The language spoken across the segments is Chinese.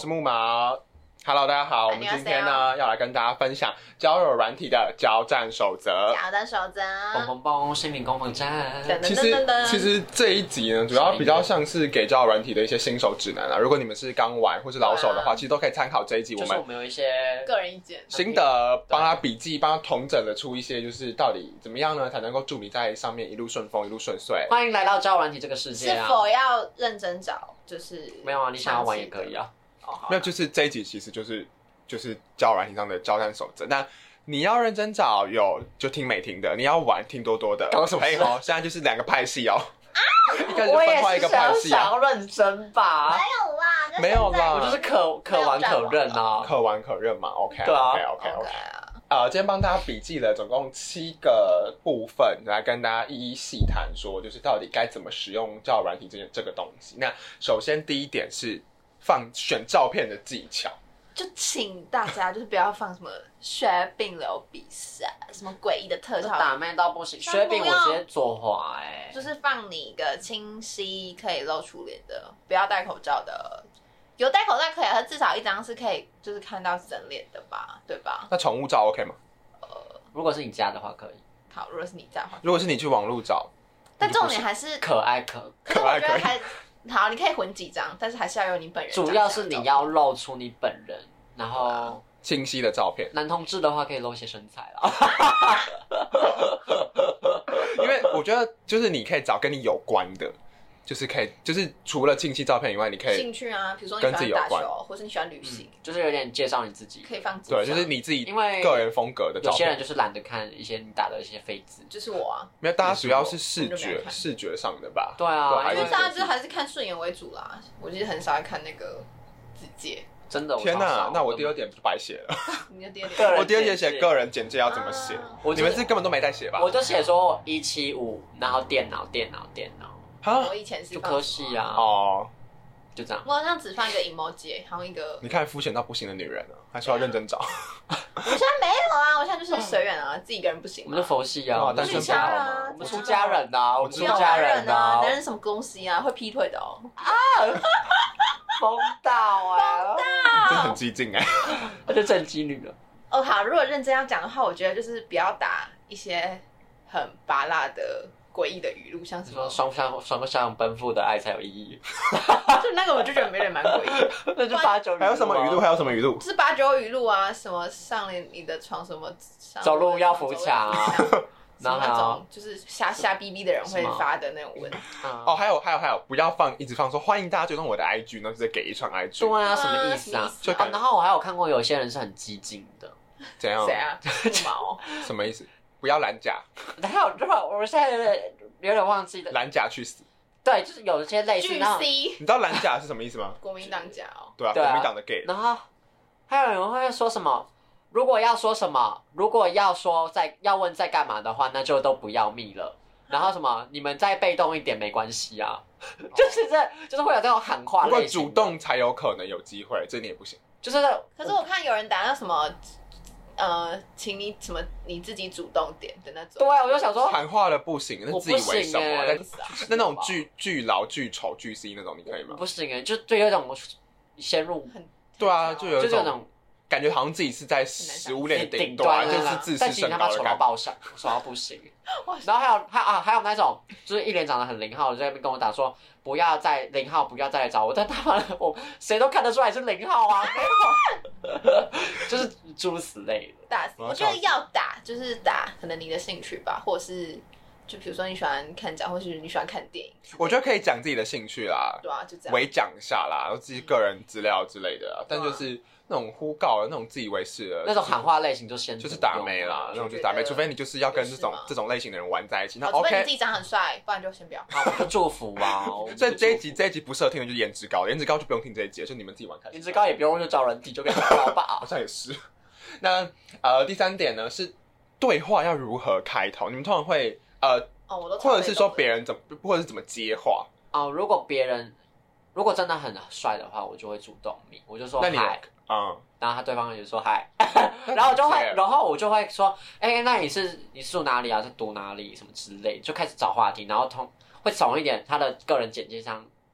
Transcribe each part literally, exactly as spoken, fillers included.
是木毛。Hello， 大家好，我们今天呢要来跟大家分享交友软体的交战守则。 交战守则， 蹦蹦蹦，心灵攻防战。 其实其实这一集呢，主要比较像是给交友软体的一些新手指南啊。如果你们是刚玩或是老手的话，啊、其实都可以参考这一集。我们就是我们有一些个人意见、 心得，帮他笔记，帮他统整的出一些，就是到底怎么样呢，才能够助你在上面一路顺风，一路顺遂。 欢迎来到交友软体这个世界啊！ 是否要认真找？就是没有啊，你想要玩也可以啊。 哦、 没有，就是这一集其实就是就是交友软体上的交战守则。那你要认真找，有就听美婷的；你要玩，听多多的。 搞什么事？ 哦，现在就是两个派系哦。 啊！ 一开始分化一个派系啊。我也是想要认真吧？ 没有啦， 没有啦， 我就是可可玩可认啊， 可玩可认嘛。OK， 对啊 ，OK OK OK。呃，今天帮大家笔记了总共七个部分，来跟大家一一细谈，说就是到底该怎么使用交友软体这件这个东西。那首先第一点是放选照片的技巧。 就请大家就是不要放什么雪饼流比赛，什么诡异的特效， 打妹到不行。雪饼我直接左滑哎、欸， 就是放你一个清晰可以露出脸的，不要戴口罩的。有戴口罩可以，它至少一张是可以就是看到整脸的吧，对吧？ 那宠物照 OK 吗？ 呃，如果是你家的话可以。 好，如果是你家的话， 如果是你去网路找， 但重点还是可爱可， 可是我觉得还好，你可以混几张，但是还是要有你本人。 主要是你要露出你本人，然后清晰的照片。 男同志的话可以露一些身材啦， 因为我觉得就是你可以找跟你有关的。就是可以，就是除了清晰照片以外，你可以兴趣啊，比如说你喜欢打球，或是你喜欢旅行、 嗯，就是有点介绍你自己， 可以放对，就是你自己因为个人风格的照片。 有些人就是懒得看一些你打的一些废字， 就是我啊， 没有，大家主要是视觉视觉上的吧？ 对啊， 因为大家就还是看顺眼为主啦。我其实很少爱看那个字界， 真的。 天哪，那我第二点不白写了。 你的第二点， 我第二点写个人简介要怎么写？你们是根本都没在写吧？ 我就写说一七五，然后电脑电脑电脑。 我以前是就科系啊， 哦， 就这样。 我好像只放一个 emoji， 好像一个。 你看肤浅到不行的女人啊，还说要认真找。 我现在没有啊，我现在就是随缘啊，自己一个人不行。 我们是佛系啊， 我们出家人啊， 我们出家人啊，我们出家人啊，男人什么东西啊，会劈腿的哦。啊， 疯到哎，疯到， 真的很激进哎， 她就正激女了。 哦，好，如果认真要讲的话，我觉得就是不要打一些很拔辣的。诡异的语录，像什么双向双向奔赴的爱才有意义， 就那个我就觉得有点蛮诡异。 那就八九语录、啊。 还有什么语录？还有什么语录？ 是八九语录啊，什么上了你的床，什么走路要扶墙啊， 然后那种就是瞎瞎逼逼的人会发的那种文。 哦，还有还有还有，不要放一直放说欢迎大家追踪我的 I G， 然后直接给一串 I G。 对啊，什么意思啊？ 就啊，然后我还有看过有些人是很激进的， 怎样？ 谁啊？不毛？ 什么意思？不要蓝甲， 还有，我现在有点有点忘记了。 蓝甲去死！ 对，就是有一些类似那种。 你知道蓝甲是什么意思吗？ 国民党甲哦。 对啊，国民党的 gay。 然后还有人会说什么？如果要说什么，如果要说在要问在干嘛的话，那就都不要密了。然后什么，你们再被动一点没关系啊，就是这就是会有这种喊话类型。 如果主动才有可能有机会，这你也不行。 就是， 可是我看有人打那什么。呃，请你什么你自己主动点的那种。 对啊，我就想说喊话的不行，那自以为什么？ 那那种巨巨老巨丑巨 C 那种，你可以吗？ 不行哎，就对有一种先入， 对啊，就有一种感觉好像自己是在食物链顶端，就是自视甚高的感觉。爆闪，说到不行。然后还有还啊还有那种就是一脸长得很零号，在那边跟我打说不要再零号，不要再来找我。但他们我谁都看得出来是零号啊，没有，就是诸如此类的。 打，我觉得要打就是打，可能你的兴趣吧，或者是就比如说你喜欢看展，或是你喜欢看电影。 我觉得可以讲自己的兴趣啦， 对啊，就这样， 微讲一下啦，然后自己个人资料之类的，但就是。那种呼告的那种自以为是的， 那种喊话类型就先就是打妹啦，那种就是打妹，除非你就是要跟这种这种类型的人玩在一起，那 OK。 除非你自己长很帅，不然就先不要。 好，我就祝福吧。 所以这一集这一集不适合听的就是颜值高，颜值高就不用听这一集，就你们自己玩开心。 颜值高也不用就找人体就可以找到吧， 好像也是。那呃第三点呢是对话要如何开头？你们通常会呃， 哦，我都或者是说别人怎么，或者是怎么接话哦？如果别人如果真的很帅的话，我就会主动密，我就说嗨。 嗯， 然后他对方就说嗨，然后我就会，然后我就会说，哎、欸，那你是你是住哪里啊？是读哪里什么之类，就开始找话题，然后通会从一点他的个人简介上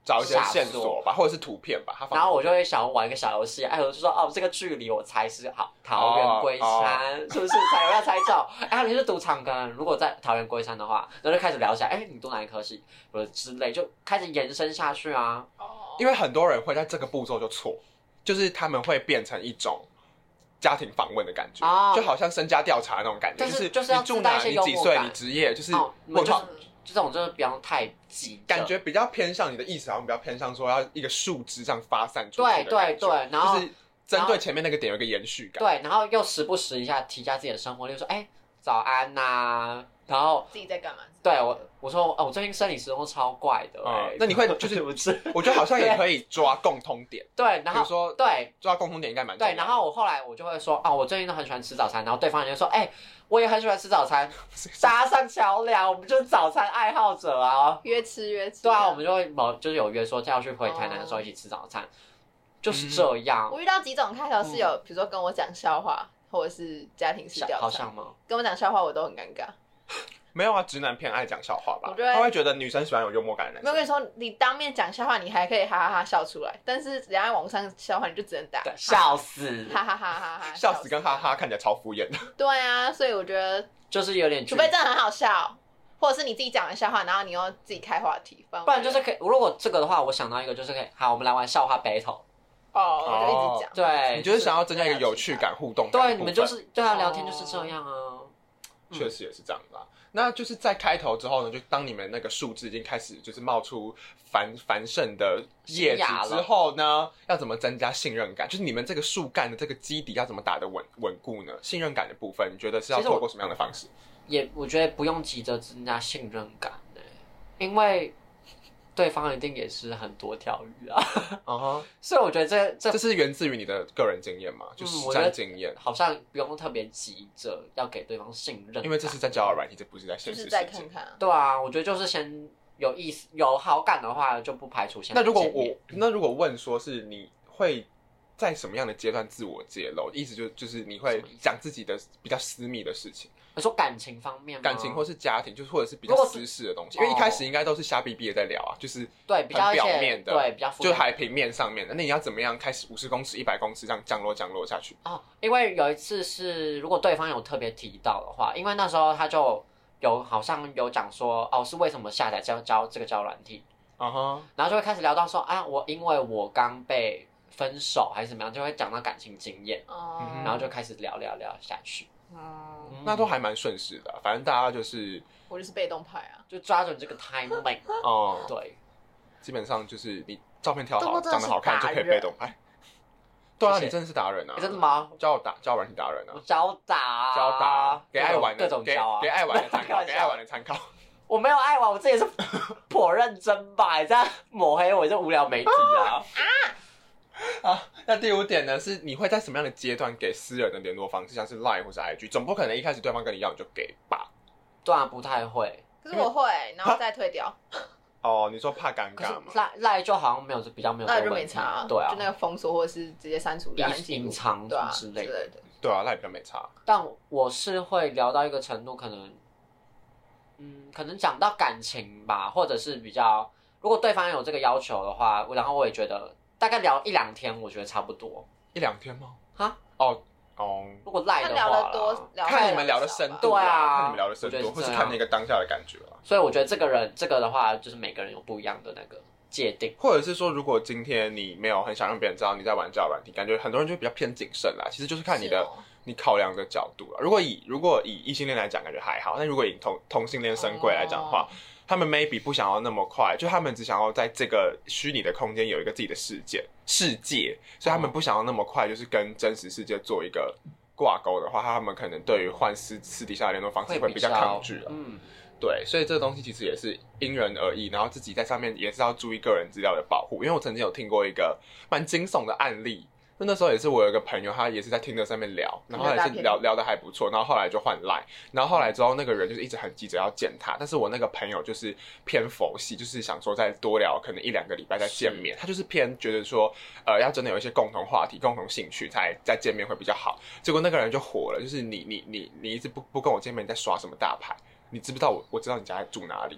找一些线索吧，或者是图片吧。他然后我就会想玩一个小游戏，哎，我就说哦，这个距离我猜是好桃园龟山，哦、是不是？才有要猜中。哎，你是读长庚，如果在桃园龟山的话，然后就开始聊起来，哎，你读哪一科系，或者之类，就开始延伸下去啊。 因为很多人会在这个步骤就错，就是他们会变成一种家庭访问的感觉，哦、就好像身家调查那种感觉， 就是就是你住哪，你几岁，你职业，就是哦、我就。这种就是不用太急， 感觉比较偏向你的意思，好像比较偏向说要一个树枝这样发散出去的感觉。 对对对，然后就是针对前面那个点有一个延续感。 对，然后又时不时一下提一下自己的生活，例如说，哎，早安呐、啊，然后自己在干嘛？ 对我我说哦，我最近生理时钟超怪的、欸， 嗯，那你会就是不是？我觉得好像也可以抓共通点。 对，然后比如说对抓共通点应该蛮重要的。 对，然后我后来我就会说，哦，我最近都很喜欢吃早餐，然后对方人就说，哎、欸。我也很喜欢吃早餐，搭上桥梁，我们就是早餐爱好者啊， 约吃约吃。 对啊，我们就会某就是有约说要去回台南的时候一起吃早餐，哦、就是这样。 我遇到几种开头是有，嗯、比如说跟我讲笑话，或者是家庭式调查， 好像吗？ 跟我讲笑话我都很尴尬。 没有啊，直男偏爱讲笑话吧？ 我觉得他会觉得女生喜欢有幽默感的男生。 没有跟你说，你当面讲笑话，你还可以哈哈哈笑出来，但是人家网上笑话，你就只能打笑死， 哈哈哈哈哈， 笑死跟哈哈看起来超敷衍的。 对啊，所以我觉得就是有点， 除非真的很好笑，或者是你自己讲完笑话，然后你又自己开话题， 不然就是可以。如果这个的话，我想到一个就是可以，好，我们来玩笑话 battle。 哦，我就一直讲。 对， 你就是想要增加一个有趣感、互动感。 对，你们就是对啊，聊天就是这样啊。 确实也是这样啦。那就是在开头之后呢，就当你们那个树枝已经开始就是冒出繁繁盛的叶子之后呢，要怎么增加信任感？就是你们这个树干的这个基底要怎么打得稳稳固呢？信任感的部分，你觉得是要透过什么样的方式？ 也我觉得不用急着增加信任感的、欸，因为对方一定也是很多条鱼啊。嗯哼，所以我觉得这这这是源自于你的个人经验嘛？就实战经验、 嗯，好像不用特别急着要给对方信任， 因为这是在交友软体，这不是在现实世界。 就是再看看、啊。 对啊，我觉得就是先有意思、有好感的话，就不排除先。 那如果我那如果问说是你会在什么样的阶段自我揭露？意思就就是你会讲自己的比较私密的事情。 你说感情方面吗？ 感情或是家庭，就是或者是比较私事的东西，因为一开始应该都是瞎逼逼的在聊啊，就是对比较表面的， 对比较就还平面上面的。那你要怎么样开始五十公尺、一百公尺这样降落降落下去？ 哦，因为有一次是如果对方有特别提到的话，因为那时候他就有好像有讲说哦是为什么下载交交这个交友软体，嗯哼，然后就会开始聊到说啊我因为我刚被分手还是怎么样，就会讲到感情经验，哦，然后就开始聊聊聊下去。 嗯，那都还蛮顺势的、啊，反正大家就是我就是被动派啊， 就抓准这个 timing 哦，对， 基本上就是你照片挑好，长得好看就可以被动派。对啊，你真的是达人啊！ 欸、真的吗？ 教我打，教软体达人啊！ 我教打， 教打，给爱玩的各种教啊， 给爱玩的参考，给爱玩的参考。 我没有爱玩，我自己也是颇认真吧？你这样抹黑我这无聊媒体啊！ 啊，那第五点呢？是你会在什么样的阶段给私人的联络方式，像是 Line 或是 I G？ 总不可能一开始对方跟你要你就给吧？ 对啊，不太会。 可是我会，然后再退掉。 哦，你说怕尴尬吗？ 赖赖就好像没有，比较没有， 那就没差， 对啊， 就那个封锁或者是直接删除、 隐藏之类的， 对啊，赖比较没差。 但我是会聊到一个程度，可能，嗯，可能讲到感情吧，或者是比较，如果对方有这个要求的话，然后我也觉得大概聊一两天，我觉得差不多。 一两天吗？ 哈？ 哦。哦， 如果赖的话啦，多看你们聊的深度， 对啊， 看你们聊的深度，或是看那个当下的感觉啦。 所以我觉得这个人，这个的话，就是每个人有不一样的那个界定， 或者是说，如果今天你没有很想让别人知道你在玩交友软体，感觉很多人就比较偏谨慎啦。其实就是看你的、哦、你考量的角度啦。如果以如果以异性恋来讲，感觉还好；但如果以同同性恋深柜来讲的话，哦、他们 maybe 不想要那么快，就他们只想要在这个虚拟的空间有一个自己的世界世界，所以他们不想要那么快，就是跟真实世界做一个挂钩的话，他们可能对于换私私底下的联络方式会比较抗拒啊。嗯，对，所以这个东西其实也是因人而异，然后自己在上面也是要注意个人资料的保护。因为我曾经有听过一个蛮惊悚的案例，就那时候也是我有一个朋友，他也是在Tinder上面聊，然后后来是聊聊得还不错，然后后来就换 Line， 然后后来之后那个人就是一直很急着要见他，但是我那个朋友就是偏佛系，就是想说再多聊可能一两个礼拜再见面，他就是偏觉得说，呃，要真的有一些共同话题、共同兴趣才再见面会比较好。结果那个人就火了，就是你你你你一直不不跟我见面，你在耍什么大牌？你知不知道我我知道你家住哪里？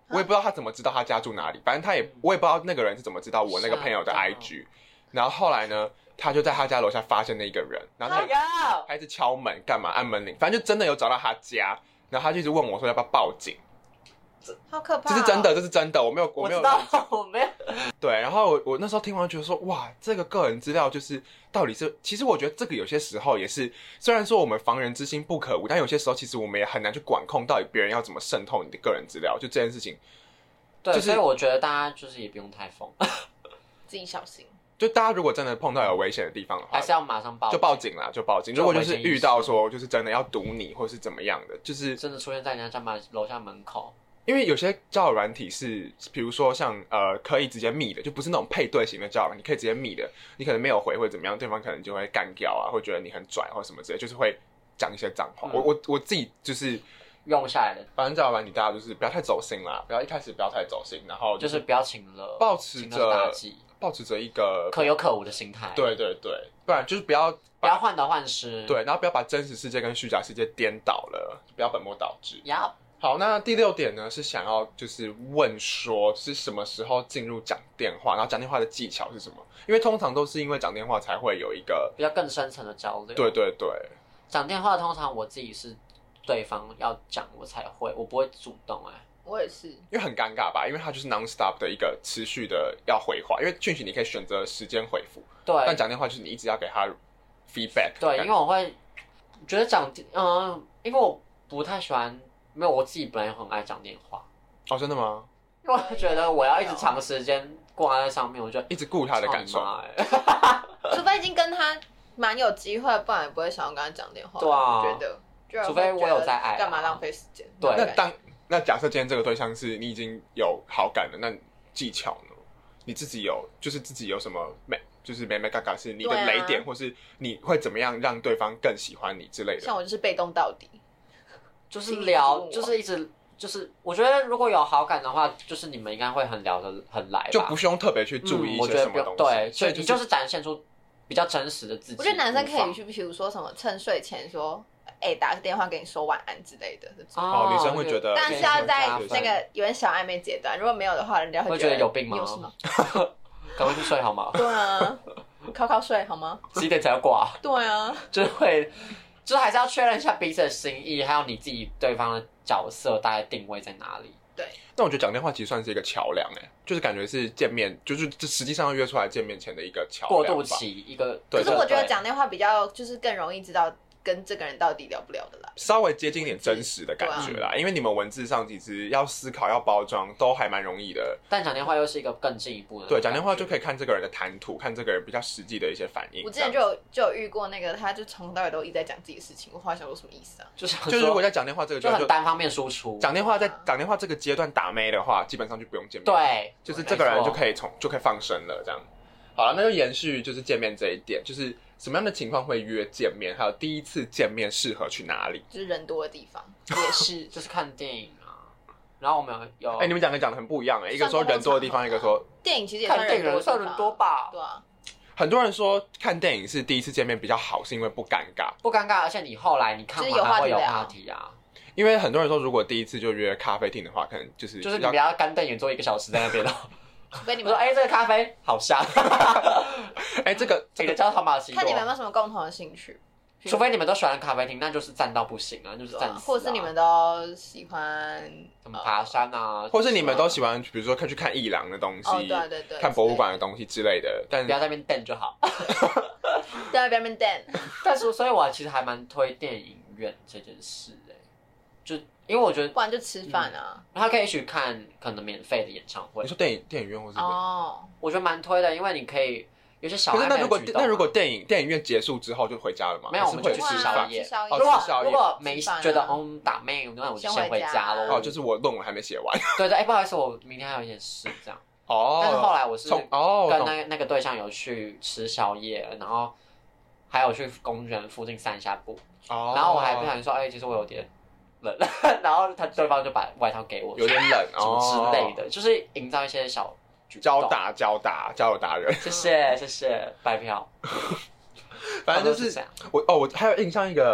我也不知道他怎么知道他家住哪里，反正他也我也不知道那个人是怎么知道我那个朋友的 I G， 然后后来呢，他就在他家楼下发现那一个人，然后他还一直敲门干嘛按门铃，反正就真的有找到他家，然后他就一直问我说要不要报警。 好可怕、哦！ 这是真的，这是真的，我没有，我没有乱讲，我没有。 对，然后我我那时候听完觉得说，哇，这个个人资料就是到底是，其实我觉得这个有些时候也是，虽然说我们防人之心不可无，但有些时候其实我们也很难去管控到底别人要怎么渗透你的个人资料，就这件事情。 对， 就是、 所以我觉得大家就是也不用太疯， 自己小心。 就大家如果真的碰到有危险的地方的话， 还是要马上报警， 就报警啦，就报警。如果就是遇到说就是真的要堵你，或是怎么样的，就是真的出现在人家家楼下门口。 因为有些交友软体是，比如说像呃可以直接密的，就不是那种配对型的交友软体，你可以直接密的，你可能没有回或者怎么样，对方可能就会干掉啊，会觉得你很拽或什么之类，就是会讲一些脏话。嗯、我我我自己就是用下来的， 反正交友软体大家就是不要太走心啦，不要一开始不要太走心，然后就是不要请了， 保持着保持着一个可有可无的心态。 对对对，不然就是不要不要患得患失， 对，然后不要把真实世界跟虚假世界颠倒了，不要本末倒置。 Yep。 好，那第六点呢是想要就是问说是什么时候进入讲电话，然后讲电话的技巧是什么？因为通常都是因为讲电话才会有一个比较更深层的交流。 对对对， 讲电话通常我自己是对方要讲我才会，我不会主动哎、欸。 我也是， 因为很尴尬吧，因为它就是 non stop 的一个持续的要回话，因为讯息你可以选择时间回复， 对， 但讲电话就是你一直要给他 feedback。 对，因为我会觉得讲嗯，因为我不太喜欢。没有，我自己本来很爱讲电话。 哦，真的吗？ 因为我觉得我要一直长时间挂在上面，我就一直顾他的感受。 除非已经跟他蛮有机会，不然也不会想要跟他讲电话。 对啊， 我觉得， 除非我有在爱， 干嘛浪费时间？ 对。 那当那假设今天这个对象是你已经有好感了，那技巧呢？你自己有就是自己有什么美？就是美美嘎嘎是你的雷点，啊、或是你会怎么样让对方更喜欢你之类的？ 像我就是被动到底。 就是聊，就是一直就是，我觉得如果有好感的话，就是你们应该会很聊得很来吧， 就不用特别去注意一些什么东西。 嗯、对， 所以、 就是、你就是展现出比较真实的自己。 我觉得男生可以去，比如说什么趁睡前说，哎、欸，打个电话给你说晚安之类的这种。 哦，女生会觉得， 但是要在那个有点小暧昧阶段，如果没有的话，人家会觉得有病吗？ 有事吗？ 赶快去睡好吗？ 对啊，靠靠睡好吗？ 几点才要挂？ 对啊， 就是会。就是还是要确认一下彼此的心意，还有你自己对方的角色大概定位在哪里。 对， 那我觉得讲电话其实算是一个桥梁，哎，就是感觉是见面，就是实际上要约出来见面前的一个桥梁。 过渡期一个， 可是我觉得讲电话比较就是更容易知道跟这个人到底聊不聊得来， 稍微接近一点真实的感觉啦。啊、因为你们文字上其实要思考、要包装，都还蛮容易的。 但讲电话又是一个更进一步的。 对，讲电话就可以看这个人的谈吐，看这个人比较实际的一些反应。 我之前就有就有遇过那个，他就从头到尾都一直在讲自己的事情，我后来想说什么意思啊？ 就是就是如果在讲电话这个就很单方面输出， 讲电话在讲电话这个阶段打妹的话，基本上就不用见面。 对， 就是这个人就可以从就可以放生了，这样。好了，那就延续就是见面这一点，就是什么样的情况会约见面，还有第一次见面适合去哪里？ 就是人多的地方，也是就是看电影啊。然后我们有哎、 欸，你们两个讲的很不一样哎、欸，一个说人多的地方，一个说电影其实也看电影算人多吧？ 对啊。 很多人说看电影是第一次见面比较好，是因为不尴尬， 不尴尬，而且你后来你看完还会有话题啊。 因为很多人说，如果第一次就约咖啡厅的话，可能就是就是你不要干瞪眼坐一个小时在那边哦。 除非你们说，哎、欸，这个咖啡好香。 哎、欸，这个这个叫汤马西多。 看你们有没有什么共同的兴趣？ 除非你们都喜欢咖啡厅，那就是站到不行啊，就是站死、啊。 或者是你们都喜欢什么爬山啊， 呃、或是你们都喜欢，比如说看去看艺廊的东西， 哦、对对对， 看博物馆的东西之类的。但不要在那边瞪就好。 对啊，不要在那边瞪。 但是，所以我其实还蛮推电影院这件事的、欸，就因为我觉得， 不然就吃饭啊。 嗯、他可以去看可能免费的演唱会。 你说电影电影院或是哦， 我觉得蛮推的，因为你可以。有些小暧昧的举动、啊、 可是那如果那如果电影电影院结束之后就回家了吗？ 没有，我们就去吃宵夜。 哦， 如果吃宵夜如果没觉得嗯打妹，那我就先回家喽。 哦，就是我论文还没写完。 对对，哎、欸，不好意思，我明天还有一件事这样。 哦。 但是后来我是哦跟那那个对象有去吃宵夜，然后还有去公园附近散一下步。哦。然后我还不小心说，哎、欸，其实我有点冷，然后他对方就把外套给我， 有点冷哦之类的，就是营造一些小。 交打交打交友达人， 谢谢谢谢白嫖。 反正就是我哦，我还有印象一个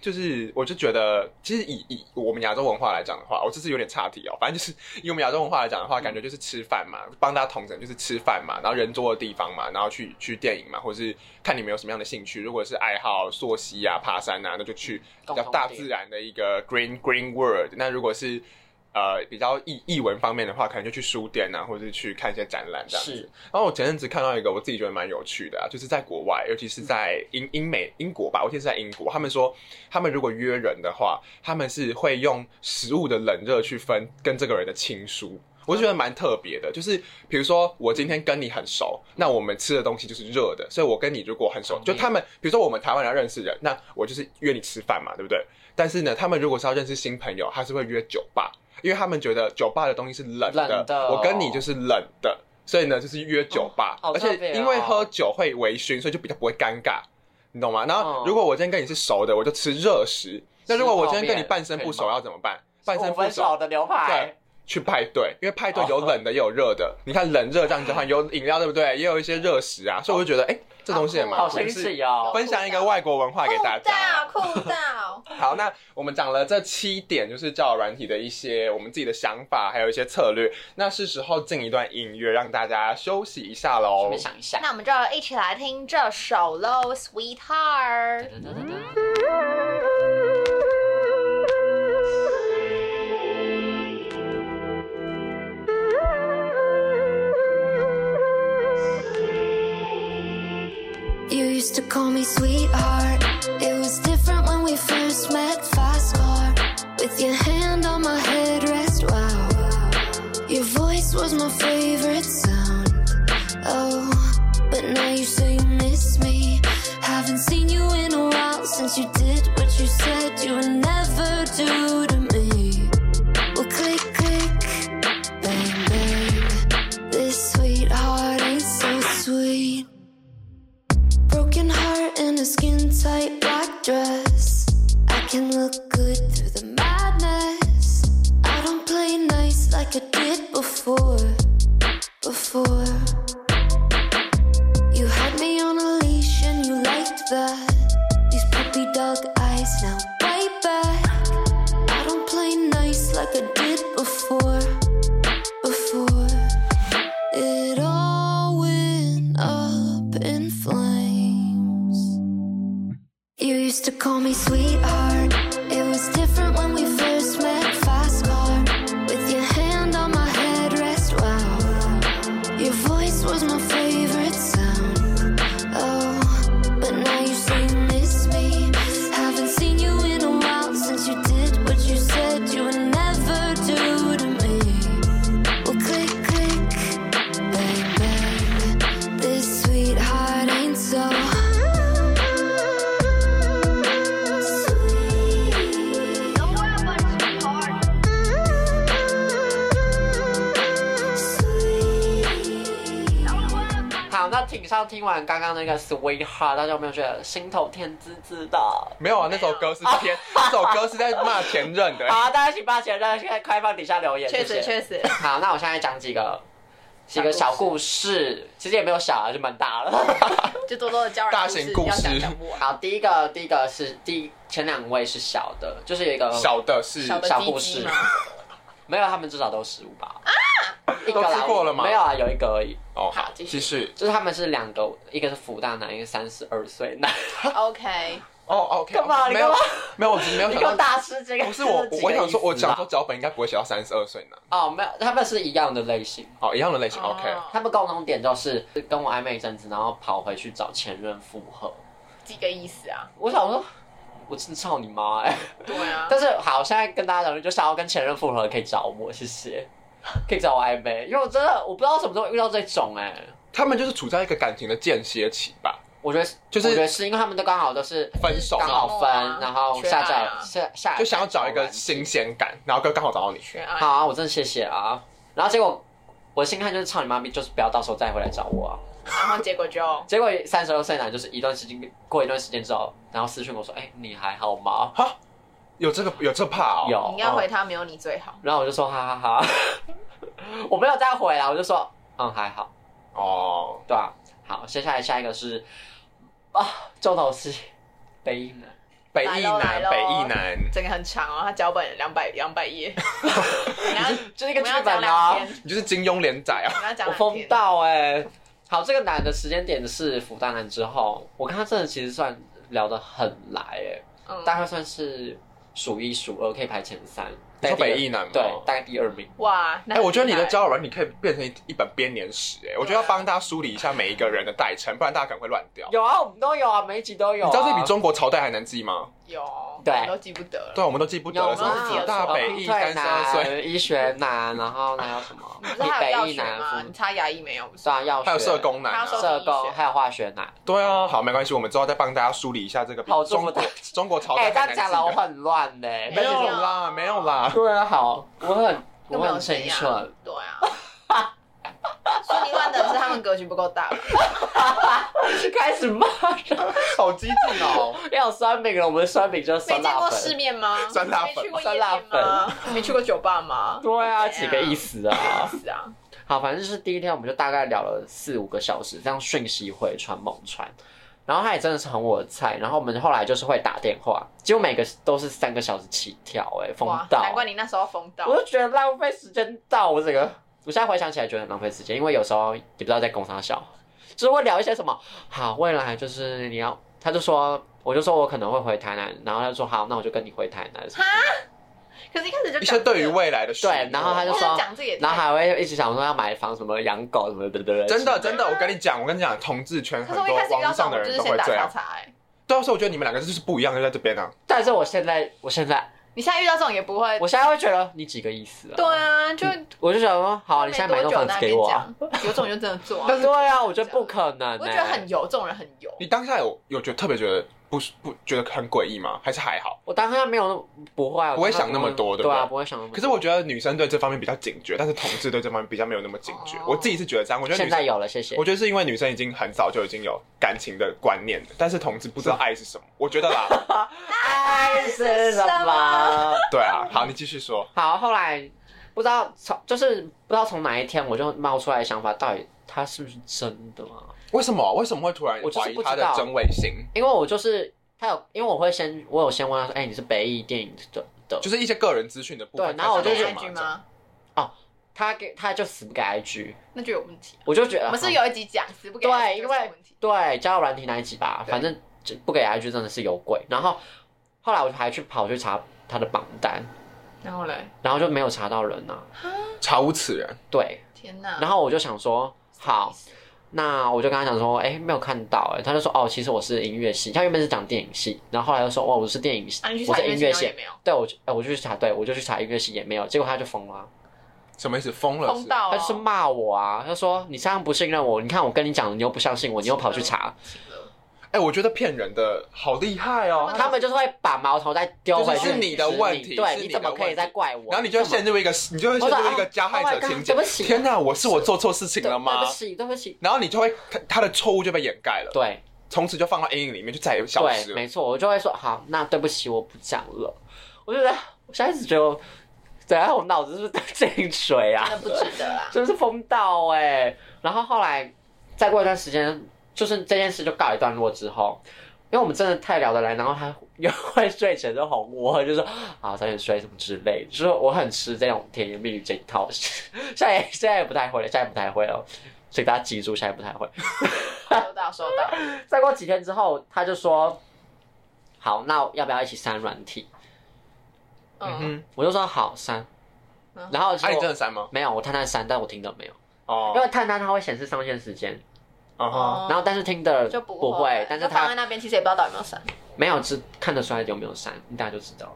就是我就觉得，其实以以我们亚洲文化来讲的话，我这是有点岔题哦。反正就是以我们亚洲文化来讲的话，感觉就是吃饭嘛，帮大家统整就是吃饭嘛，然后人多的地方嘛，然后去去电影嘛，或者是看你们有什么样的兴趣。如果是爱好溯溪啊、爬山啊，那就去比较大自然的一个 green green world。那如果是呃，比较艺艺文方面的话，可能就去书店啊，或者是去看一些展览这样子。然后我前阵子看到一个我自己觉得蛮有趣的啊，就是在国外，尤其是在英英美英国吧，我记得是在英国，他们说他们如果约人的话，他们是会用食物的冷热去分跟这个人的亲疏。我就觉得蛮特别的，就是比如说我今天跟你很熟，那我们吃的东西就是热的，所以我跟你如果很熟，就他们比如说我们台湾人要认识人，那我就是约你吃饭嘛，对不对？但是呢，他们如果是要认识新朋友，他是会约酒吧。因为他们觉得酒吧的东西是冷的， 冷的哦、 我跟你就是冷的，所以呢就是约酒吧， 哦哦、 而且因为喝酒会微醺，所以就比较不会尴尬，你懂吗？然后如果我今天跟你是熟的，我就吃热食。那如果我今天跟你半生不熟，要怎么办？半生不熟的牛排， 对，去派对，因为派对有冷的也有热的，你看冷热这样交换，有饮料对不对？也有一些热食啊，所以我就觉得，哎、欸，这东西也蛮好新奇哦。 分享一个外国文化给大家， 酷到酷到。 好，那我们讲了这七点，就是交友软体的一些我们自己的想法，还有一些策略。那是时候进一段音乐，让大家休息一下喽。 想一下， 那我们就一起来听这首喽 ，Sweetheart。 You used to call me sweetheart. It was different when we first met. Fast car with your hand on my headrest. Wow, your voice was my favorite sound. Oh, but now you say you miss me. Haven't seen you in a while since you did what you said you would never do to me. Well, click, click, bang, bang. This sweetheart ain't so sweet. Broken heart in a skin-tight black dress. I can look good through the madness. I don't play nice like I did before, before. You had me on a leash and you liked that. These puppy dog eyes now bite back. I don't play nice like I did before, before. It all went up in flames. You used to call me sweetheart. It was different when we first met. Fast car with your hand on my headrest. Wow, your voice was my favorite sound. Oh, but now you say you miss me. Haven't seen you in a while since you did what you said you would never do to me. Well, click, click, bang, bang. This sweetheart ain't so 好，那挺上听完刚刚那个 Sweetheart， 大家有没有觉得心头甜滋滋的？ 没有啊，那首歌是偏，那首歌是在骂前任的。 好啊，大家一起骂前任，现在开放底下留言。 确实确实。 好，那我现在讲几个几个小故事，其实也没有小啊，就蛮大了。 就多多的交友大型故事。 好，第一个第一个是第前两位是小的，就是有一个小的是小的小故事，没有，他们至少都十五吧。啊， 都吃过了吗？ 没有啊，有一个而已。 哦，好，继续。 就是他们是两个，一个是福大男，一个三十二岁男。 OK。 哦 ，OK。 干嘛？你干嘛？ 没有，我没有想到大师这个。 不是我，我想说，我想说脚本应该不会写到三十二岁男。 哦，没有，他们是一样的类型。 哦，一样的类型 ，OK。 他们共同点就是跟我暧昧一阵子，然后跑回去找前任复合。 几个意思啊？ 我想说。我真的操你妈哎、欸！ 对啊， 但是好，现在跟大家讲，就想要跟前任复合，可以找我，谢谢，可以找我暧昧，因为我真的我不知道什么时候遇到这种哎、欸。 他们就是处在一个感情的间歇期吧？ 我觉得就是，我觉得是因为他们都刚好都是分手， 刚好分，然后下载下下就想要找一个新鲜感，然后刚刚好找到你。 好啊，我真的谢谢啊。然后结果我的心态就是操你妈逼，就是不要到时候再回来找我啊。 然后结果就结果三十二岁男就是一段时间过一段时间之后，然后私讯我说：“哎、欸，你还好吗？” 哈，有这个有这怕哦。 有， 你要回他没有你最好。 然后我就说：“哈哈哈。”我没有再回啦，我就说：“嗯，还好。” 哦， 对啊。好，接下来下一个是啊，重头戏，北一男。 北一男，北一男， 整个很长哦，他脚本两百两百页，然后就是一个剧我们要讲本啊两天， 你就是金庸连载啊！ 我们要讲我两天。 疯到哎、欸！好，这个男的时间点是福大男之后，我跟他真的其实算聊得很来哎、欸， 嗯大概算是数一数二，可以排前三。 你说北一男吗？ 对，大概第二名。 哇，那哎、 很我觉得你的厉害交友软体可以变成一一本编年史，哎，我觉得要帮大家梳理一下每一个人的代称，不然大家可能会乱掉。 有啊，我们都有啊，每一集都有、啊。 你知道这比中国朝代还难记吗？ 有， 对我都记不得了。 对，我们都记不得了， 有吗什么福大北一三十二岁， 医学男，然后还有什么？ 你不是还有药学北一男吗？你插牙医没有？不是对啊，药学， 还有社工男、啊还有。社社工，还有化学男。 对啊，好，没关系，我们之后再帮大家梳理一下这个好中国这么中国朝哎、 代欸，这样讲了我还难记的。 很乱呢、欸。 没有啦，没有啦。 对啊，好，我很我又没有很清怎样纯。 对啊。说你乱的是他们格局不够大。 开始骂人， 好激进哦！ 要有酸饼了，我们的酸饼就是没见酸辣粉。 过世面吗？ 酸辣粉没去过夜店吗？没去过酒吧吗？ 对啊， 对啊几个意思啊？ 是啊。 好，反正就是第一天，我们就大概聊了四五个小时，这样讯息回传猛传。然后他也真的是很我的菜，然后我们后来就是会打电话，几乎每个都是三个小时起跳、欸，哎，疯哇， 到， 难怪你那时候疯到。 我就觉得浪费时间到，我整个，我现在回想起来觉得很浪费时间，因为有时候也不知道在攻啥小，就是会聊一些什么，好，未来就是你要，他就说，我就说我可能会回台南，然后他就说好，那我就跟你回台南， 哈，可是一开始就一些对于未来的许诺对，然后他就就是说， 讲这个也太， 然后还会一直想说要买房什么养狗什么的，对不对？ 真的真的，我跟你讲，我跟你讲，同志圈很多可是我一开始遇到网上的这种，就是先打人都会这样叉。叉哎。 对啊，所以我觉得你们两个就是不一样，就在这边啊。 但是我现在，我现在， 你现在遇到这种也不会。 我现在会觉得你几个意思啊？ 对啊，就我就想说，好，你现在买栋房子给我啊。 有这种就真的做啊。 但是对啊，我觉得不可能、欸， 我觉得很油，这种人很油。 你当下有有觉得特别觉得不不觉得很诡异吗？还是还好？ 我当下没有不会啊， 不会想那么多，对不对？ 对啊，不会想那么多。 可是我觉得女生对这方面比较警觉，但是同志对这方面比较没有那么警觉。 哦我自己是觉得这样，我觉得女生现在有了，谢谢。 我觉得是因为女生已经很早就已经有感情的观念了，但是同志不知道爱是什么。我觉得啦， 爱是什么？ 对啊，好，你继续说。 好，后来不知道从就是不知道从哪一天我就冒出来的想法，到底他是不是真的啊？ 为什么？为什么会突然我就是怀疑他的不知道真伪性？ 因为我就是他有，因为我会先我有先问他说，哎、欸，你是北艺电影的的， 就是一些个人资讯的部分。 对然后我就给开始 I 嘛 G 吗？ 他给他就死不给 I G， 那就有问题。 我就觉得我们是有一集讲死不给 I G 对，因为就是有问题。 对交友软体那一集吧， 对反正就不给 I G 真的是有鬼。然后后来我还去跑去查他的榜单， 然后嘞， 然后就没有查到人啊。 查无此人。 对， 天哪！ 然后我就想说，好，那我就跟他讲说，哎、没有看到、哎，他就说，哦，其实我是音乐系，他原本是讲电影系，然后后来就说，哦，我是电影系， 啊，你去我查是音乐系乐也，没有， 对，我就，哎、我就去查，对我就去查音乐系也没有，结果他就疯了啊、 什么意思？疯了是？ 疯到哦他就是骂我啊，他说你这样不信任我，你看我跟你讲，你又不相信我，你又跑去查， 哎、我觉得骗人的好厉害哦。 他们就是会把矛头再丢回去， 就是你的问题对， 是你的你怎么可以再怪我？ 然后你就会陷入一个，你就会陷入一个加害者情节。 对不起， 天哪，我是我做错事情了吗？ 对不起，对不起。 然后你就会他他的错误就被掩盖了， 对从此就放到阴影里面，就再也消失对， 了。 没错，我就会说好，那对不起，我不讲了。我觉得我现在只觉得，对啊，我脑子是不是进水啊？ 那不值得啦。 真是疯到哎、欸！然后后来再过一段时间，就是这件事就告一段落之后，因为我们真的太聊得来，然后他又会睡前就哄我，就说好早点睡什么之类的，就是我很吃这种甜言蜜语这一套，现在现在也不太会了，现在不太会了，所以大家记住，现在不太会。 收到收到。 再过几天之后，他就说好，那要不要一起删软体？ 嗯， 嗯我就说好删嗯， 哼，啊， 然后结果你真的删吗？ 没有，我探探删，但我听的没有， 哦因为探探它会显示上线时间， 嗯哼， 哦然后但是听的就不不会，但是就放在它那边，其实也不知道到底有没有删。 没有只看得出来有没有删，你大家就知道了。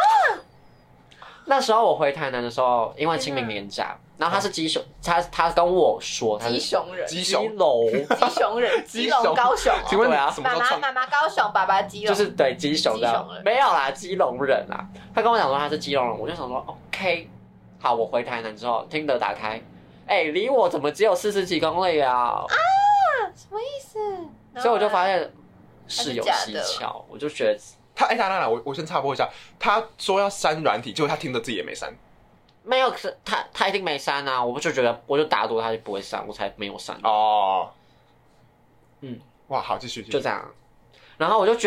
那时候我回台南的时候，因为清明年假，然后他是基雄，他他跟我说他是基雄人， 基基雄， 隆， 基雄人，基基雄隆高雄哦。 请问你对啊妈妈什么时候创？ 妈妈高雄，爸爸基隆。 就是对基雄基的雄人， 没有啦，基隆人啦。他跟我讲说他是基隆人，我就想说 OK， 好，我回台南之后，听得打开，哎、离我怎么只有四十几公里啊？ 什么意思？ 所以我就发现事有他是假的蹊跷，我就觉得他哎，等等等，我我先插播一下，他说要删软体，结果他听着自己也没删。 没有，可是他他一定没删啊，我就觉得我就打赌他就不会删，我才没有删。 哦， 嗯， 哇，好，继续，继续就这样。然后我就觉得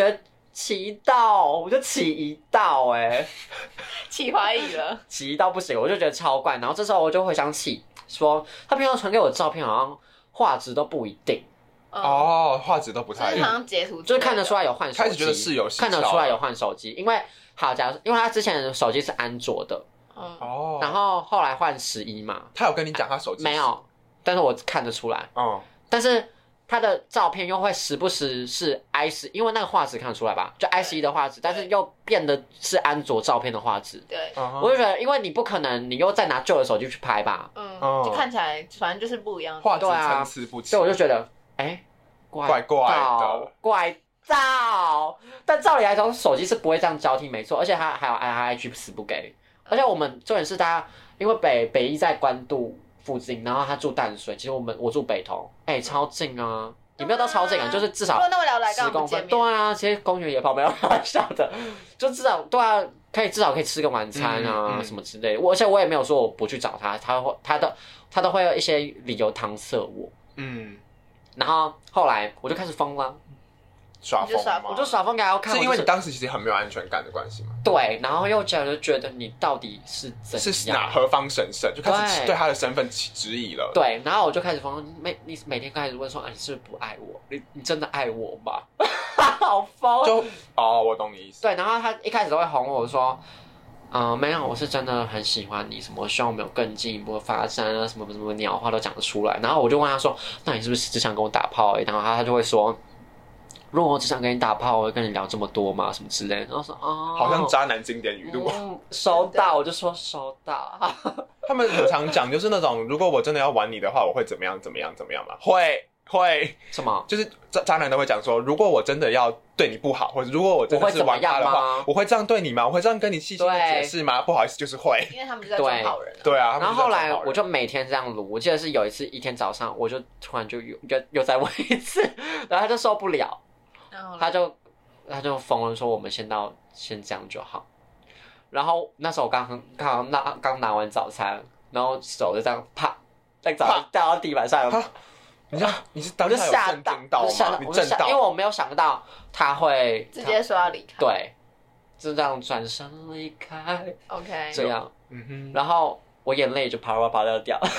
起一道，我就起一道、欸，哎， 起怀疑了， 起一道不行，我就觉得超怪。然后这时候我就回想起说，他平常传给我的照片好像画质都不一定。 嗯、 哦，画质都不太一样， 就是好像截图就是看得出来有换手机， 开始觉得是有蹊跷看得出来有换手机，因为好，假如因为他之前的手机是安卓的， 嗯， 哦， 然后后来换十一嘛， 他有跟你讲他手机没有，但是我看得出来， 哦， 但是他的照片又会时不时是 i 十，因为那个画质看得出来吧，就 i 十一的画质，但是又变得是安卓照片的画质， 对， 嗯我就觉得，因为你不可能，你又再拿旧的手机去拍吧， 嗯， 哦就看起来反正就是不一样， 画质对啊参差不齐， 所以我就觉得，哎， 怪怪的， 怪到，但照理来说，手机是不会这样交替，没错，而且它还有 I I H 死不给，而且我们重点是大家，因为北北一在关渡附近，然后他住淡水，其实我们我住北投，哎、欸，超近啊，也没有到超近啊，就是至少如果那么聊来， 十公分， 干嘛不见面？ 对啊，其实公园也跑，没有开玩笑的，就至少对啊，可以至少可以吃个晚餐啊、 嗯嗯、 什么之类的，我而且我也没有说我不去找他，他会他的他都会有一些理由搪塞我， 嗯， 然后后来我就开始疯了。 耍疯吗， 我就耍疯给他看， 是因为你当时其实很没有安全感的关系吗？ 对，然后又觉得觉得你到底是怎样， 是哪何方神圣，就开始对他的身份质疑了。 对，然后我就开始疯，每你每天开始问说，啊，你是不是不爱我？你你真的爱我吗？好疯！ 就哦，我懂你意思。 对，然后他一开始都会哄我说，嗯、呃，没有，我是真的很喜欢你，什么我希望我们有更进一步的发展啊，什么什么鸟话都讲得出来。然后我就问他说，那你是不是只想跟我打炮而已？然后他他就会说。如果我只想跟你打炮，我会跟你聊这么多吗？什么之类的。然后说哦， 好像渣男经典语录。 嗯，收到，我就说收到。 他们很常讲，就是那种如果我真的要玩你的话，我会怎么样怎么样怎么样嘛？会会什么？ 就是渣渣男都会讲说，如果我真的要对你不好，或者如果我真的是玩他的话，我会这样对你吗？我会这样跟你细心的解释吗？不好意思，就是会， 因为他们就在装好人、啊。 对啊。 然后后来我就每天这样录，我记得是有一次一天早上，我就突然就又又又再问一次，然后他就受不了。他就他就疯了，说我们先到先这样就好。然后那时候我刚刚刚拿刚拿完早餐，然后手就这样啪，在早上掉到地板上。 你知道你是当下有震惊到吗？你震到， 因为我没有想到他会直接说要离开。 对，就这样转身离开。 OK， 这样， 嗯哼， 然后我眼泪就啪啪啪掉掉。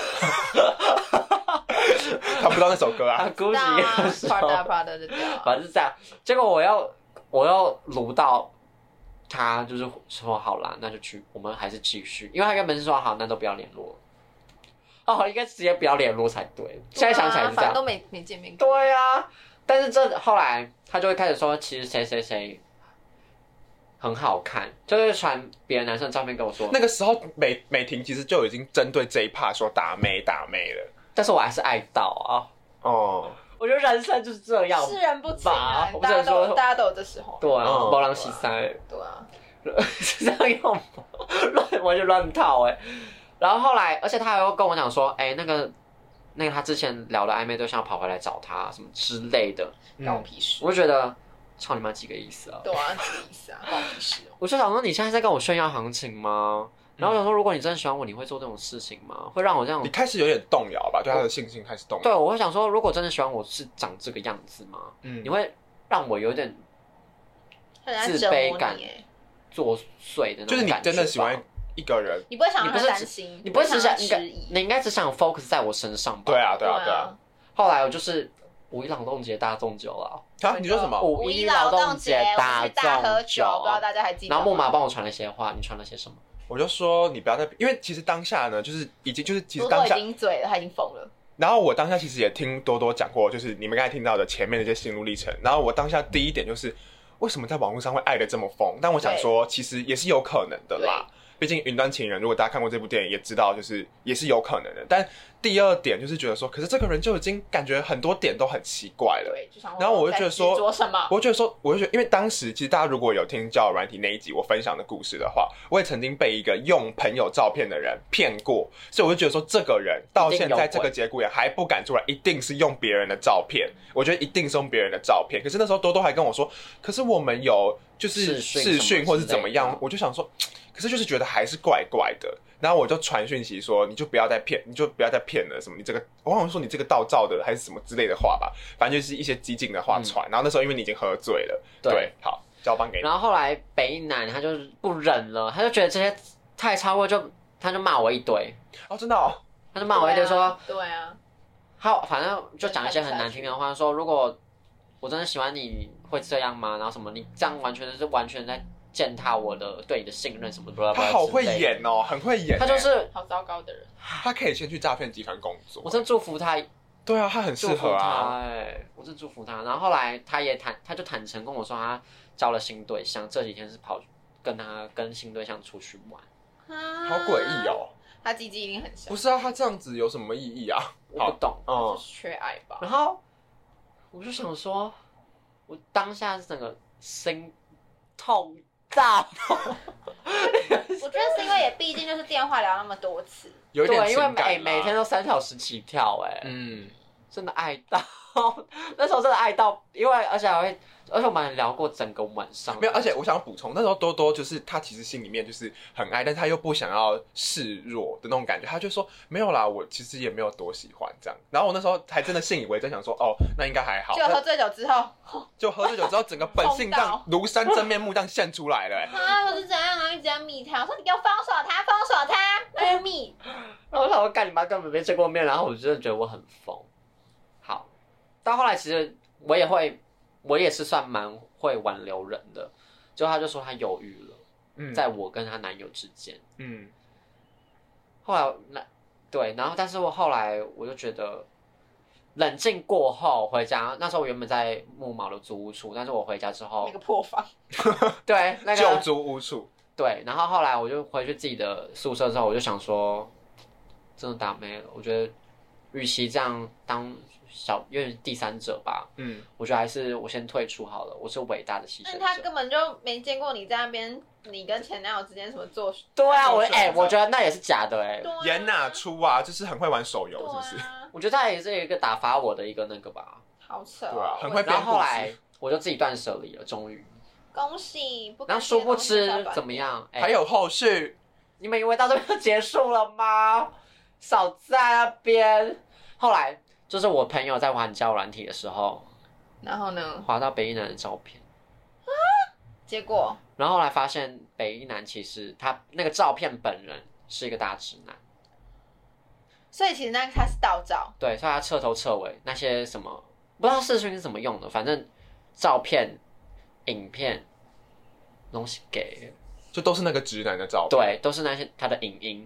他不知道那首歌啊， 他估计啪嗒啪嗒就掉， 反正是这样。结果我要我要撸到他，就是说好啦，那就去，我们还是继续，因为他原本是说好，那都不要联络。哦，应该直接不要联络才对。现在想起来是这样， 都没没见面。 对啊，但是这后来他就会开始说，其实谁谁谁很好看，就是传别的男生的照片跟我说。 那个时候美美婷其实就已经针对这一 part 说打妹打妹了。 但是我还是爱到啊！ 哦， 我觉得人生就是这样， 世人不清啊， 我大家都大家都有这时候。 对啊， 嗯包狼西塞， 对啊， 是这样用吗？乱完全乱套哎！然后后来，而且他还会跟我讲说，哎、欸，那个那个他之前聊的暧昧对象跑回来找他什么之类的， 关我屁事！ 我就觉得，操你妈几个意思啊？ 对啊，几个意思啊？关我屁事哦！ 我就想说，你现在在跟我炫耀行情吗？然后我想说，如果你真的喜欢我，你会做这种事情吗？会让我这样？ 你开始有点动摇吧？对他的信心开始动摇。 对，我会想说，如果真的喜欢我是长这个样子吗？嗯，你会让我有点自卑感作祟的那种感觉。 就是你真的喜欢一个人， 你不会想让他担心， 你不会只想质疑，你应该只想 focus 在我身上吧？ 对啊，对啊，对啊。 后来我就是五一劳动节大众酒了。 啊，你说什么？ 五一劳动节大众喝酒，不知道大家还记得。 然后木马帮我传了些话，你传了些什么？ 我就说你不要再，因为其实当下呢，就是已经就是其实当下已经醉了，他已经疯了。 然后我当下其实也听多多讲过，就是你们刚才听到的前面的一些心路历程。然后我当下第一点就是，为什么在网络上会爱得这么疯？但我想说，其实也是有可能的啦。毕竟《云端情人》，如果大家看过这部电影，也知道就是也是有可能的。但第二点就是觉得说，可是这个人就已经感觉很多点都很奇怪了。 对，就想然后我就觉得说，我就觉得说，我就觉得，因为当时其实大家如果有听交友软体那一集我分享的故事的话，我也曾经被一个用朋友照片的人骗过，所以我就觉得说，这个人到现在这个节骨眼还不敢出来，一定是用别人的照片。我觉得一定是用别人的照片。可是那时候多多还跟我说，可是我们有就是视讯或是怎么样，我就想说。可是就是觉得还是怪怪的，然后我就传讯息说，你就不要再骗，你就不要再骗了，什么你这个，我好像说你这个盗照的还是什么之类的话吧，反正就是一些激进的话传。嗯、然后那时候因为你已经喝醉了， 对, 对，好， 交棒给你。 然后后来北一男他就不忍了，他就觉得这些太超过，就他就骂我一堆。 哦，真的哦。 他就骂我一堆说， 对啊， 他反正就讲一些很难听的话，说如果我真的喜欢你，你会这样吗？然后什么，你这样完全是完全在践踏我的对你的信任什么的。 他好会演哦，很会演。 他就是好糟糕的人。 他可以先去诈骗集团工作。 我真祝福他。 对啊，他很适合啊。 哎、欸，我真祝福他。然后后来他也坦，他就坦诚跟我说，他交了新对象，这几天是跑跟他跟新对象出去玩。 好诡异哦。 他鸡鸡一定很小。 不是啊，他这样子有什么意义啊？ 我不懂， 嗯， 缺爱吧。 然后我就想说，我当下整个心痛到， 我觉得是因为也毕竟就是电话聊那么多次， 有一点对，因为情感每每天都三小时起跳，哎， 嗯， 真的爱到，那时候真的爱到，因为而且还会。而且我们还聊过整个晚上， 没有。而且我想补充，那时候多多就是他其实心里面就是很爱，但他又不想要示弱的那种感觉。他就说没有啦，我其实也没有多喜欢这样。然后我那时候还真的信以为真，想说哦，那应该还好。 就喝醉酒之后， 就喝醉酒之后，整个本性这样庐山真面目这样现出来了、欸。 啊，我是怎样，然后一直在密他，我说你给我封锁他，封锁他，那就密。 然后我想说，干你妈，根本没见过面，然后我真的觉得我很疯。好，到后来其实我也会。我也是算蛮会挽留人的，就他就说他犹豫了，嗯，在我跟她男友之间，嗯，后来那对，然后但是我后来我就觉得冷静过后回家，那时候我原本在木毛的租屋处，但是我回家之后那个破房， 对，那个旧租屋处， 对，然后后来我就回去自己的宿舍之后，我就想说，真的打妹了，我觉得与其这样当。小因为第三者吧，嗯，我觉得还是我先退出好了。我是伟大的牺牲者。 但他根本就没见过你在那边，你跟前男友之间什么做？ 对啊，我哎、欸，我觉得那也是假的哎、 欸。演哪出啊？就是很会玩手游，是不是？ 啊、 我觉得他也是一个打发我的一个那个吧。 好扯、哦， 对啊，很会编故事。 然后后来我就自己断舍离了，终于。 恭喜！不然后殊不知怎么样？ 欸、还有后续？ 你们以为到这边就结束了吗？少在那边。后来。就是我朋友在玩交友软体的时候， 然后呢， 滑到北一男的照片， 啊，结果， 然后后来发现北一男其实他那个照片本人是一个大直男， 所以其实那他是盗照， 对，所以他彻头彻尾那些什么不知道视讯是怎么用的，反正照片、影片东西给， 就都是那个直男的照片， 对，都是那些他的影音。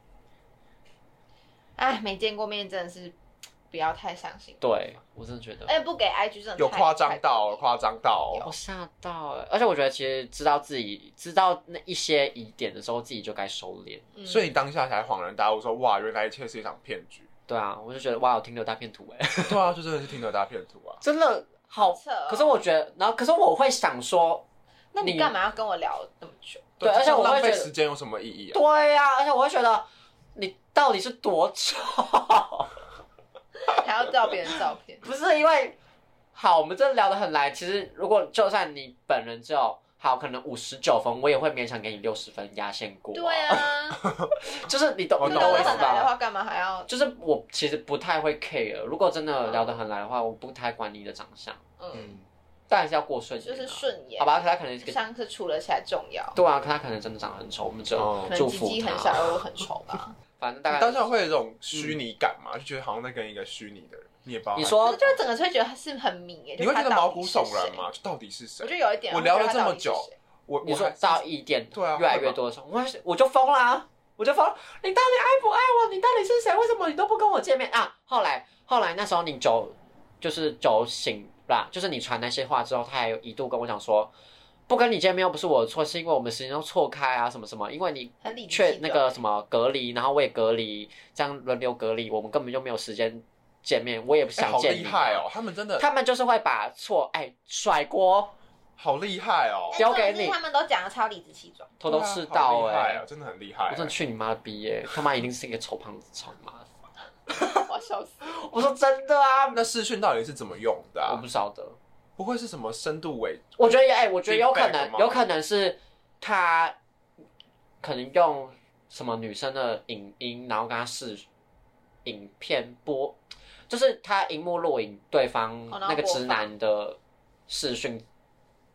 哎，没见过面真的是。不要太相信， 对我真的觉得， 哎，不给 I G 真的有夸张到，夸张到， 我吓到哎！而且我觉得其实知道自己知道那一些疑点的时候，自己就该收敛， 嗯、 所以你当下才恍然大悟说，哇，原来一切是一场骗局。 对啊，我就觉得哇，我听得大骗图哎， 对啊，就真的是听得大骗图啊， 真的好扯、哦。 可是我觉得，然后可是我会想说， 那你干嘛要跟我聊那么久？ 对，而且我会觉得浪费时间有什么意义啊？ 对呀、啊，而且我会觉得你到底是多丑。 还要照别人照片， 不是因为好，我们真的聊得很来。其实如果就算你本人只有好，可能五十九分，我也会勉强给你六十分压线过、啊。 对啊， 就是你懂， 我你懂我意思吧？ 的话干嘛还要？ 就是我其实不太会 care。如果真的聊得很来的话，我不太管你的长相。嗯，当然是要过顺眼、啊， 就是顺眼。 好吧，可他可能相是处了起来重要。 对啊，可他可能真的长得很丑，我们只有祝福他。 可能鸡鸡很小，又很丑吧。 反正大概当下会有一种虚拟感嘛，就觉得好像在跟一个虚拟的人，你也不知道。 你说， 就整个会觉得他是很迷耶， 你会觉得毛骨悚然吗？就到底是谁？ 我觉得有一点。 我聊了这么久，我你说到一点， 对啊， 越来越多的时候，我我就疯啦，我就疯。你到底爱不爱我？你到底是谁？为什么你都不跟我见面啊？后来后来那时候你酒就是酒醒啦，就是你传那些话之后，他还有一度跟我讲说。不跟你见面又不是我的错，是因为我们时间都错开啊，什么什么，因为你却那个什么隔离，然后我也隔离，这样轮流隔离，我们根本就没有时间见面，我也不想见你。 欸、好厉害哦，他们真的， 他们就是会把错哎甩锅， 好厉害哦， 丢给你。他们都讲的超理直气壮， 头头是道哎、 欸啊，真的很厉害、欸。 我真的去你妈的逼耶、欸，他妈一定是一个丑胖子，操你妈的！我笑死！ 我说真的啊， 那视讯到底是怎么用的、啊？ 我不晓得。 不会是什么深度伪？ 我觉得哎、欸，我觉得有可能，有可能是他可能用什么女生的影音，然后跟他试影片播，就是他荧幕录影对方那个直男的视讯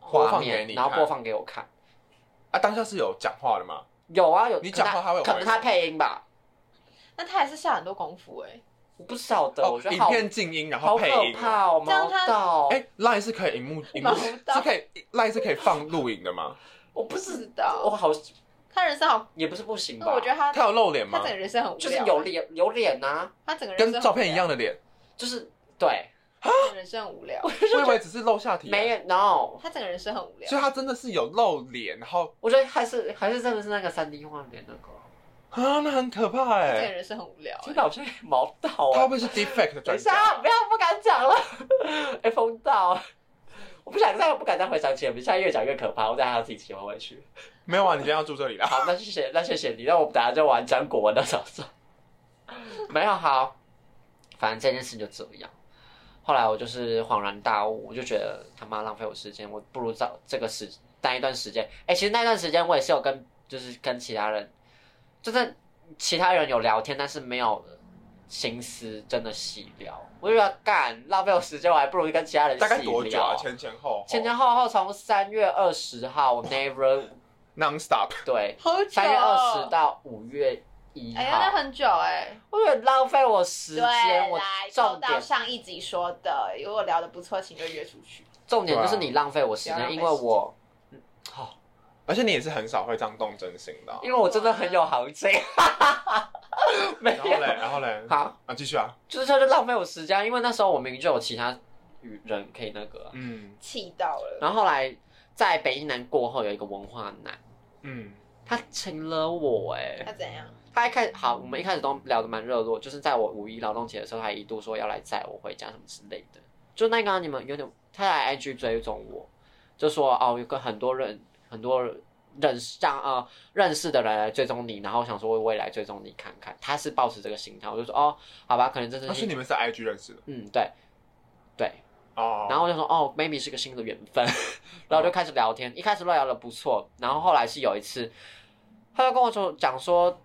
画面， 播放给你看然后播放给我看。 啊，当下是有讲话的吗？ 有啊，有。 你讲话他会有可能他配音吧？ 那他还是下很多功夫哎、欸。 我不晓得， 哦、 我觉得好影片静音，然后好配音、 可怕哦，毛到。 哎、欸、，Line 是可以荧幕荧幕是可以 Line 是可以放录影的吗？ 我不知道， 我好， 他人生好也不是不行吧？ 我觉得他他有露脸吗？ 他整个人生很无聊， 就是有脸有脸呐， 他整个人生跟照片一样的脸， 就是对。 他整个人生很无聊， 我以为只是露下体、啊， 没有 no， 他整个人生很无聊， 所以他真的是有露脸，然后我觉得还是还是真的是那个三 D 画面那个。 啊，那很可怕哎、 欸！这个人生很无聊、欸， 真的好像毛到啊！ 他会不会是 deepfake 的专家？ 等一下，不要不敢讲了，哎、欸，疯到！我不想再不敢再回想起来，现在越讲越可怕，我等下还要自己切回去。 没有啊，你今天要住这里啦。 好，那谢谢，那谢谢你，那我们等下就玩张国文的早上。没有好，反正这件事就这样。后来我就是恍然大悟，我就觉得他妈浪费我时间，我不如找这个时那一段时间。哎、欸，其实那段时间我也是有跟，就是跟其他人。就是其他人有聊天，但是没有心思真的细聊，我就觉得干浪费我时间，我还不如跟其他人细聊。 大概多久啊？前前后后前前后后从三月二十号 never non stop 对， 好久三月二十到五月一号， 哎呀，那很久哎、欸， 我觉得浪费我时间。我重点上一集说的，如果聊得不错，请就约出去。 重点就是你浪费我时间， 啊、 因为我好。哦而且你也是很少会这样动真心的、啊， 因为我真的很有行情。没有。 然后嘞，然后嘞， 好啊，继续啊。 就是他就浪费我时间，因为那时候我明明就有其他人可以那个、啊， 嗯， 气到了。 然后后来在北一男过后有一个文化男， 嗯， 他请了我哎、欸， 他怎样？ 他一开始好，我们一开始都聊得蛮热络，就是在我五一劳动节的时候，他一度说要来载我回家什么之类的。就那个、啊、你们有点，他来 I G 追踪我，就说哦，有个很多人。很多认识像呃认识的人来追踪你，然后想说我也来追踪你看看，他是抱持这个心态，我就说哦，好吧，可能这是。 那、啊、是你们是 I G 认识的？ 嗯，对，对。 哦。 然后我就说哦 ，maybe 是个新的缘分，然后就开始聊天，一开始聊得不错，然后后来是有一次，他就跟我说讲说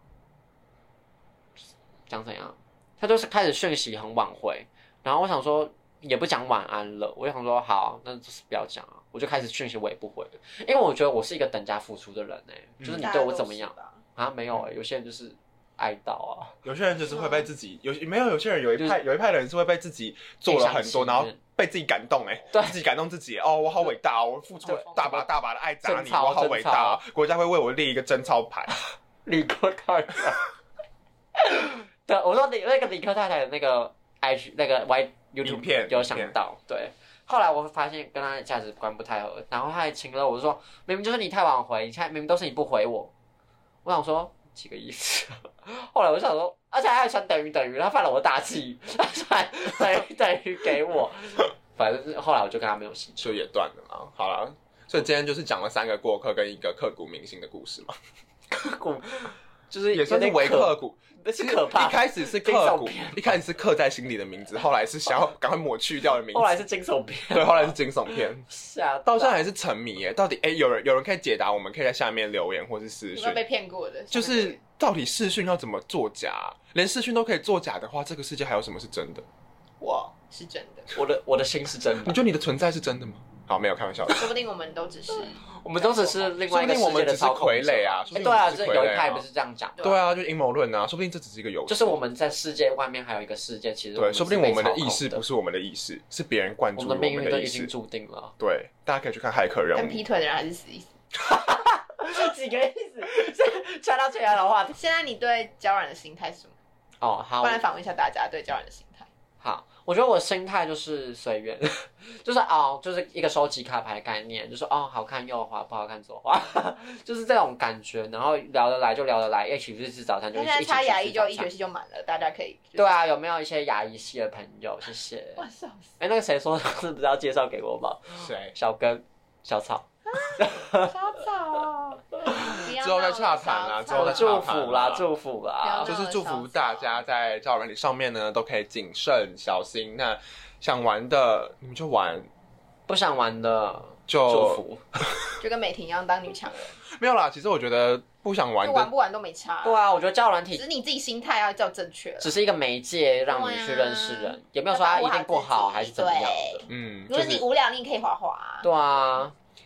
讲怎样，他就是开始讯息很晚回，然后我想说也不讲晚安了，我就想说好，那就是不要讲啊。我就开始讯息我也不回了，因为我觉得我是一个等价付出的人哎、欸嗯，就是你对我怎么样啊？没有哎、欸，有些人就是哀悼啊， 有些人就是会被自己有没有有些人有一派、就是、有一派的人是会被自己做了很多，然后被自己感动哎、欸，自己感动自己哦，我好伟大，我付出了大把大把的爱砸你，我好伟大，国家会为我立一个贞操牌， 理科太太，对，我说那个理科太太的那个 I G 那个 Y YouTube 片有想到对。后来我发现跟他的价值观不太合，然后他还请了我就说，明明就是你太晚回，你看明明都是你不回我，我想说几个意思？后来我就想说，而且他还传等于等于，他犯了我的大忌，他传等于等于给我，反正后来我就跟他没有兴趣， 就也断了嘛。好了，所以今天就是讲了三个过客跟一个刻骨铭心的故事嘛。 刻骨就是也算是微刻骨。 那是可怕。 一开始是刻骨，一开始是刻在心里的名字，后来是想要赶快抹去掉的名字。 后来是惊悚片， 对，后来是惊悚片。 吓到现在还是沉迷耶。到底哎、欸，有人有人可以解答，我们可以在下面留言或是私讯。 有没有被骗过的？ 就是到底视讯要怎么作假、啊？连视讯都可以作假的话，这个世界还有什么是真的？ 哇，是真的。 我的我的心是真的。 你觉得你的存在是真的吗？好，没有开玩笑的。 说不定我们都只是， 我们都只是另外一个世界的操控者。 说不定我们只是傀儡啊！ 哎、欸，对啊，这有一派不是这样讲。 对啊，就阴谋论啊，说不定这只是一个游戏。 就是我们在世界外面还有一个世界，其实对，说不定我们的意识不是我们的意识，是别人灌注我们的命运都意识， 已经注定了。 对，大家可以去看骇客任务。 跟劈腿的人还是死一死。 几个意思？传到最后的话， 现在你对交软的心态是什么？ 哦，好， 不然访问一下大家对交软的心态。 好，我觉得我的心态就是随缘，就是哦，就是一个收集卡牌的概念，就是哦，好看右滑，不好看左滑，就是这种感觉。然后聊得来就聊得来，一起去吃早餐就一起去吃早餐。 现在插牙医就医学系就满了，大家可以、就是。 对啊，有没有一些牙医系的朋友？谢谢。 哇，笑死！ 哎，那个谁说是不是要介绍给我吗？ 谁？ 小根、小草。 小草哦， 之后再洽谈啦，之后再祝福啦，祝福啦， 就是祝福大家在交友软体上面呢都可以谨慎小心。那想玩的你们就玩， 不想玩的就祝福， 就跟美婷一样当女强人。 没有啦，其实我觉得不想玩的， 就玩不玩都没差。 对啊，我觉得交友软体只是你自己心态要较正确， 只是一个媒介让你去认识人，也没有说它一定不好还是怎么样的。 嗯， 如果你无聊，你也可以滑滑。 对啊。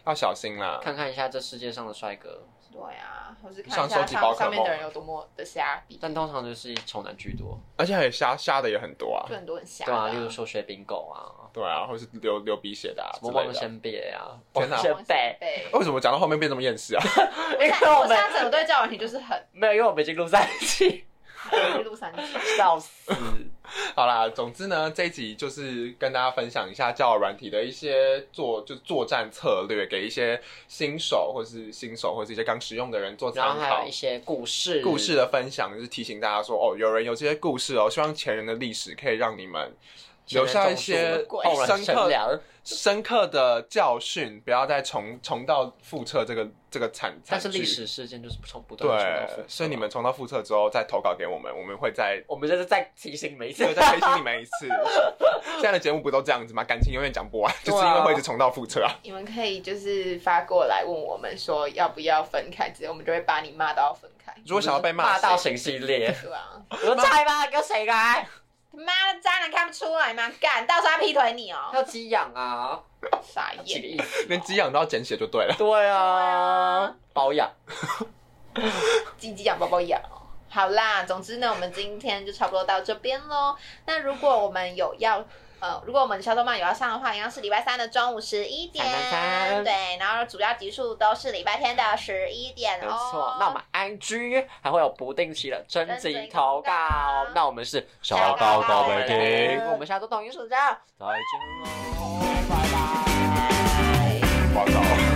要小心啦。 看看一下这世界上的帅哥。 对啊，或是看像一下收集宝可梦上上面的人有多么的瞎逼， 但通常就是丑男居多， 而且还有瞎瞎的也很多啊。 就很多很瞎。 对啊，例如说雪冰狗啊， 对啊，或是流流鼻血的啊什么之类的望仙贝啊， 天哪望仙贝。 为什么讲到后面变这么厌世啊？ 因为我们我现在整个对交友软体就是很没有，因为我们已经录三期， 录三集， 笑死。 好啦，总之呢，这一集就是跟大家分享一下交友软体的一些作就是作战策略，给一些新手或是新手或是一些刚使用的人做参然后还考有一。些故事， 故事的分享就是提醒大家说，哦，有人有这些故事哦，希望前人的历史可以让你们留下一些深刻深刻的教训，不要再重重蹈覆辙这个这个惨惨剧。 但是历史事件就是重不断重蹈覆辙， 对，所以你们重蹈覆辙之后再投稿给我们，我们会再我们就是再提醒你们一次， 对，再提醒你们一次。现在的节目不都这样子吗？感情永远讲不完，就是因为会一直重蹈覆辙啊。 你们可以就是发过来问我们说要不要分开，之后我们就会把你骂到分开。 如果想要被骂到谁型系列， 对啊， 我说菜吧，跟谁来？ 妈的渣男看不出来吗？干，到时候他劈腿你哦、 要激痒啊， 傻几个眼。 意思？ 连鸡养都要简写就对了。 对啊，包养。 鸡鸡痒，包包痒哦。好啦，总之呢，我们今天就差不多到这边咯。那如果我们有要呃，如果我们小动漫有要上的话，一样是礼拜三的中午十一点， 三三三对，然后主要集数都是礼拜天的十一点哦。 没错，那我们 I G 还会有不定期的征集投稿，那我们是小高高没停我们下周同一时间再见喽，拜拜。 我操。